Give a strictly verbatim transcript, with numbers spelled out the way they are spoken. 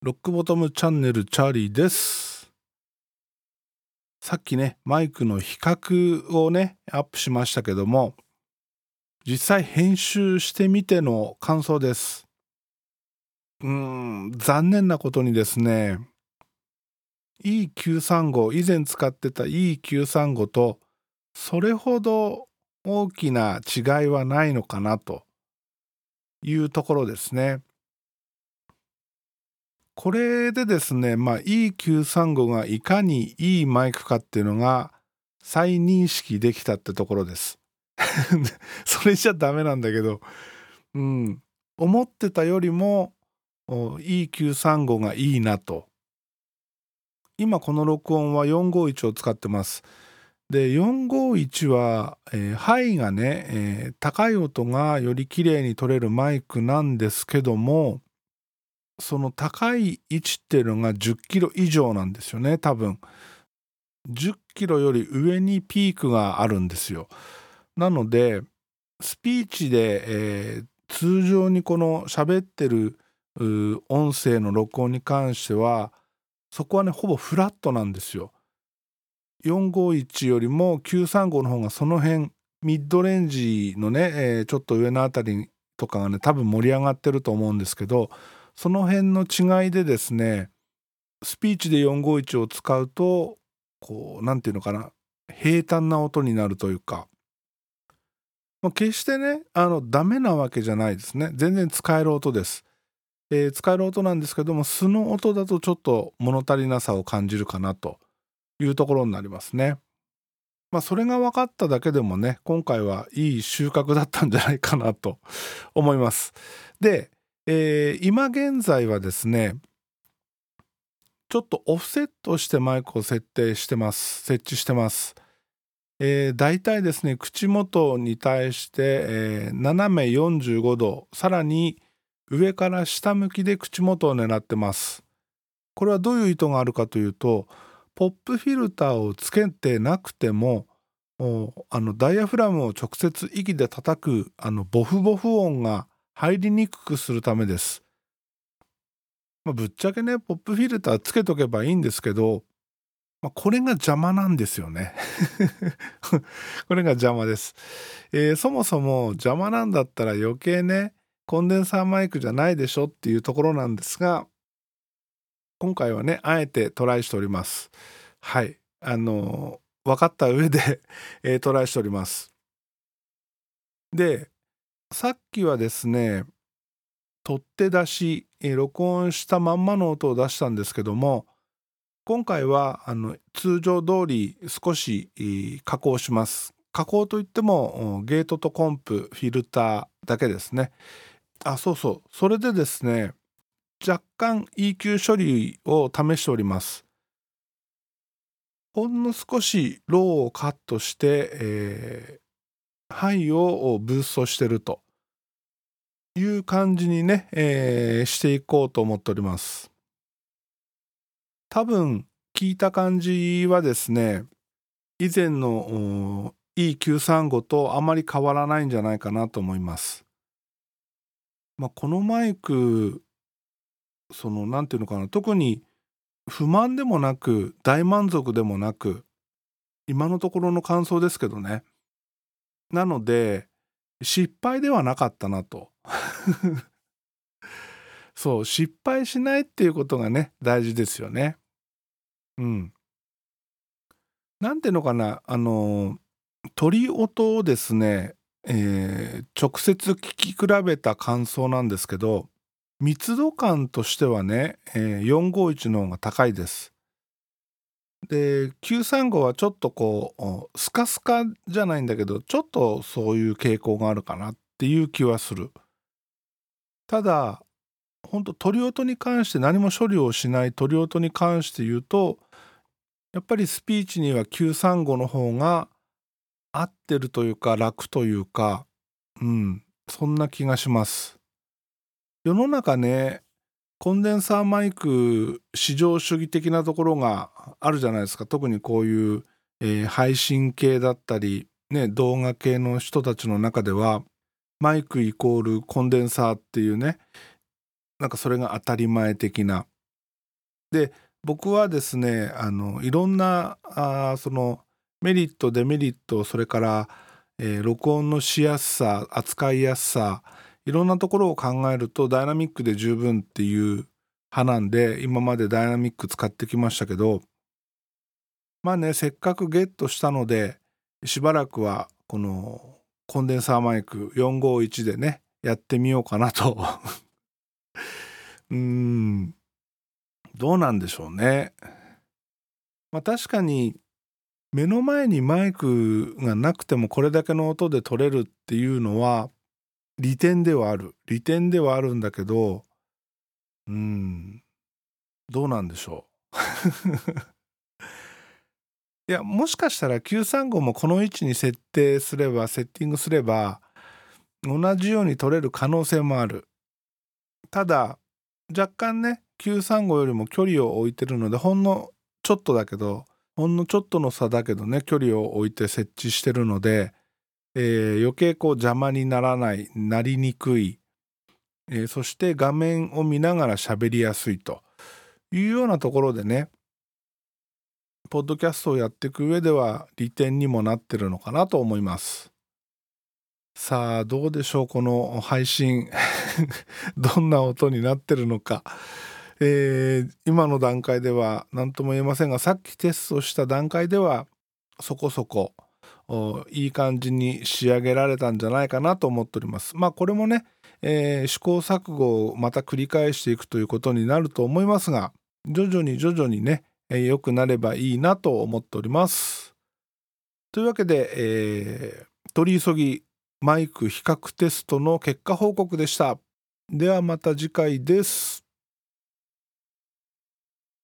ロックボトムチャンネルチャーリーです。さっきね、マイクの比較をね、アップしましたけども、実際編集してみての感想です。うーん、残念なことにですね、イーきゅうさんご、以前使ってた イーきゅうさんご と、それほど大きな違いはないのかなというところですね。これでですね、まあ、イーきゅうさんご がいかにいいマイクかっていうのが再認識できたってところです。それじゃダメなんだけど、うん、思ってたよりもお イーきゅうさんご がいいなと。今この録音はよんごいちを使ってます。で、よんごいちは、えー、ハイがね、えー高い音がより綺麗に取れるマイクなんですけども、その高い位置っていうのがじゅっキロ以上なんですよね、多分。じゅっキロより上にピークがあるんですよ。なので、スピーチで、えー通常にこの喋ってるう音声の録音に関しては、そこはね、ほぼフラットなんですよ。よんごいちよりもきゅうさんごの方がその辺、ミッドレンジのね、えーちょっと上のあたりとかがね、多分盛り上がってると思うんですけど、その辺の違いでですね、スピーチでよんごいちを使うと、こう、なんていうのかな、平坦な音になるというか、まあ、決してね、あの、ダメなわけじゃないですね。全然使える音です。えー使える音なんですけども、素の音だとちょっと物足りなさを感じるかなというところになりますね。まあ、それが分かっただけでもね、今回はいい収穫だったんじゃないかなと思います。で、えー今現在はですね、ちょっとオフセットしてマイクを設定してます。設置してます。えー、大体ですね、口元に対して、えー斜めよんじゅうごど、さらに上から下向きで口元を狙ってます。これはどういう意図があるかというと、ポップフィルターをつけてなくても、おあのダイヤフラムを直接息で叩くあのボフボフ音が入りにくくするためです。まあ、ぶっちゃけね、ポップフィルターつけとけばいいんですけど、まあ、これが邪魔なんですよね。これが邪魔です、えーそもそも邪魔なんだったら余計ね、コンデンサーマイクじゃないでしょっていうところなんですが、今回はね、あえてトライしております。はい。あのー分かった上でえートライしております。で、さっきはですね、取っ手出し、えー録音したまんまの音を出したんですけども、今回はあの通常通り少し、えー加工します。加工といってもおゲートとコンプ、フィルターだけですね。あ、そうそう。それでですね、若干 イーキュー 処理を試しております。ほんの少しローをカットして、えーハイをブーストしてるという感じにね、えーしていこうと思っております。多分聞いた感じはですね、以前のお イーきゅうさんご とあまり変わらないんじゃないかなと思います。まあ、このマイク、そのなんていうのかな、特に不満でもなく大満足でもなく、今のところの感想ですけどね。なので、失敗ではなかったなと。そう、失敗しないっていうことがね、大事ですよね。うん。なんていうのかな、あの、鳥音をですね、えー直接聞き比べた感想なんですけど、密度感としてはね、えーよんごいちの方が高いです。で、きゅうさんごはちょっとこう、おスカスカじゃないんだけど、ちょっとそういう傾向があるかなっていう気はする。ただ、ほんと鳥音に関して何も処理をしない鳥音に関して言うと、やっぱりスピーチにはきゅうさんごの方が合ってるというか、楽というか、うん、そんな気がします。世の中ね、コンデンサーマイク至上主義的なところがあるじゃないですか。特にこういう、えー配信系だったり、ね、動画系の人たちの中では、マイクイコールコンデンサーっていうね、なんかそれが当たり前的な。 で、僕はですね、あのいろんなあそのメリットデメリット、それから、えー録音のしやすさ、扱いやすさ、いろんなところを考えるとダイナミックで十分っていう派なんで、今までダイナミック使ってきましたけど、まあね、せっかくゲットしたので、しばらくはこのコンデンサーマイクよんごいちでね、やってみようかなと。うーん、どうなんでしょうね。まあ確かに目の前にマイクがなくてもこれだけの音で取れるっていうのは利点ではある。利点ではあるんだけど、うーん、どうなんでしょう。いや、もしかしたらきゅうさんごもこの位置に設定すれば、セッティングすれば、同じように取れる可能性もある。ただ、若干ね、きゅうさんごよりも距離を置いてるので、ほんのちょっとだけど、ほんのちょっとの差だけどね、距離を置いて設置してるので、えー余計こう邪魔にならない、なりにくい、えーそして画面を見ながら喋りやすいというようなところでね、ポッドキャストをやっていく上では利点にもなってるのかなと思います。さあ、どうでしょう、この配信。どんな音になってるのか。えー今の段階では何とも言えませんが、さっきテストした段階ではそこそこおいい感じに仕上げられたんじゃないかなと思っております。まあこれもね、えー試行錯誤をまた繰り返していくということになると思いますが、徐々に徐々にね、えー良くなればいいなと思っております。というわけで、えー取り急ぎマイク比較テストの結果報告でした。ではまた次回です。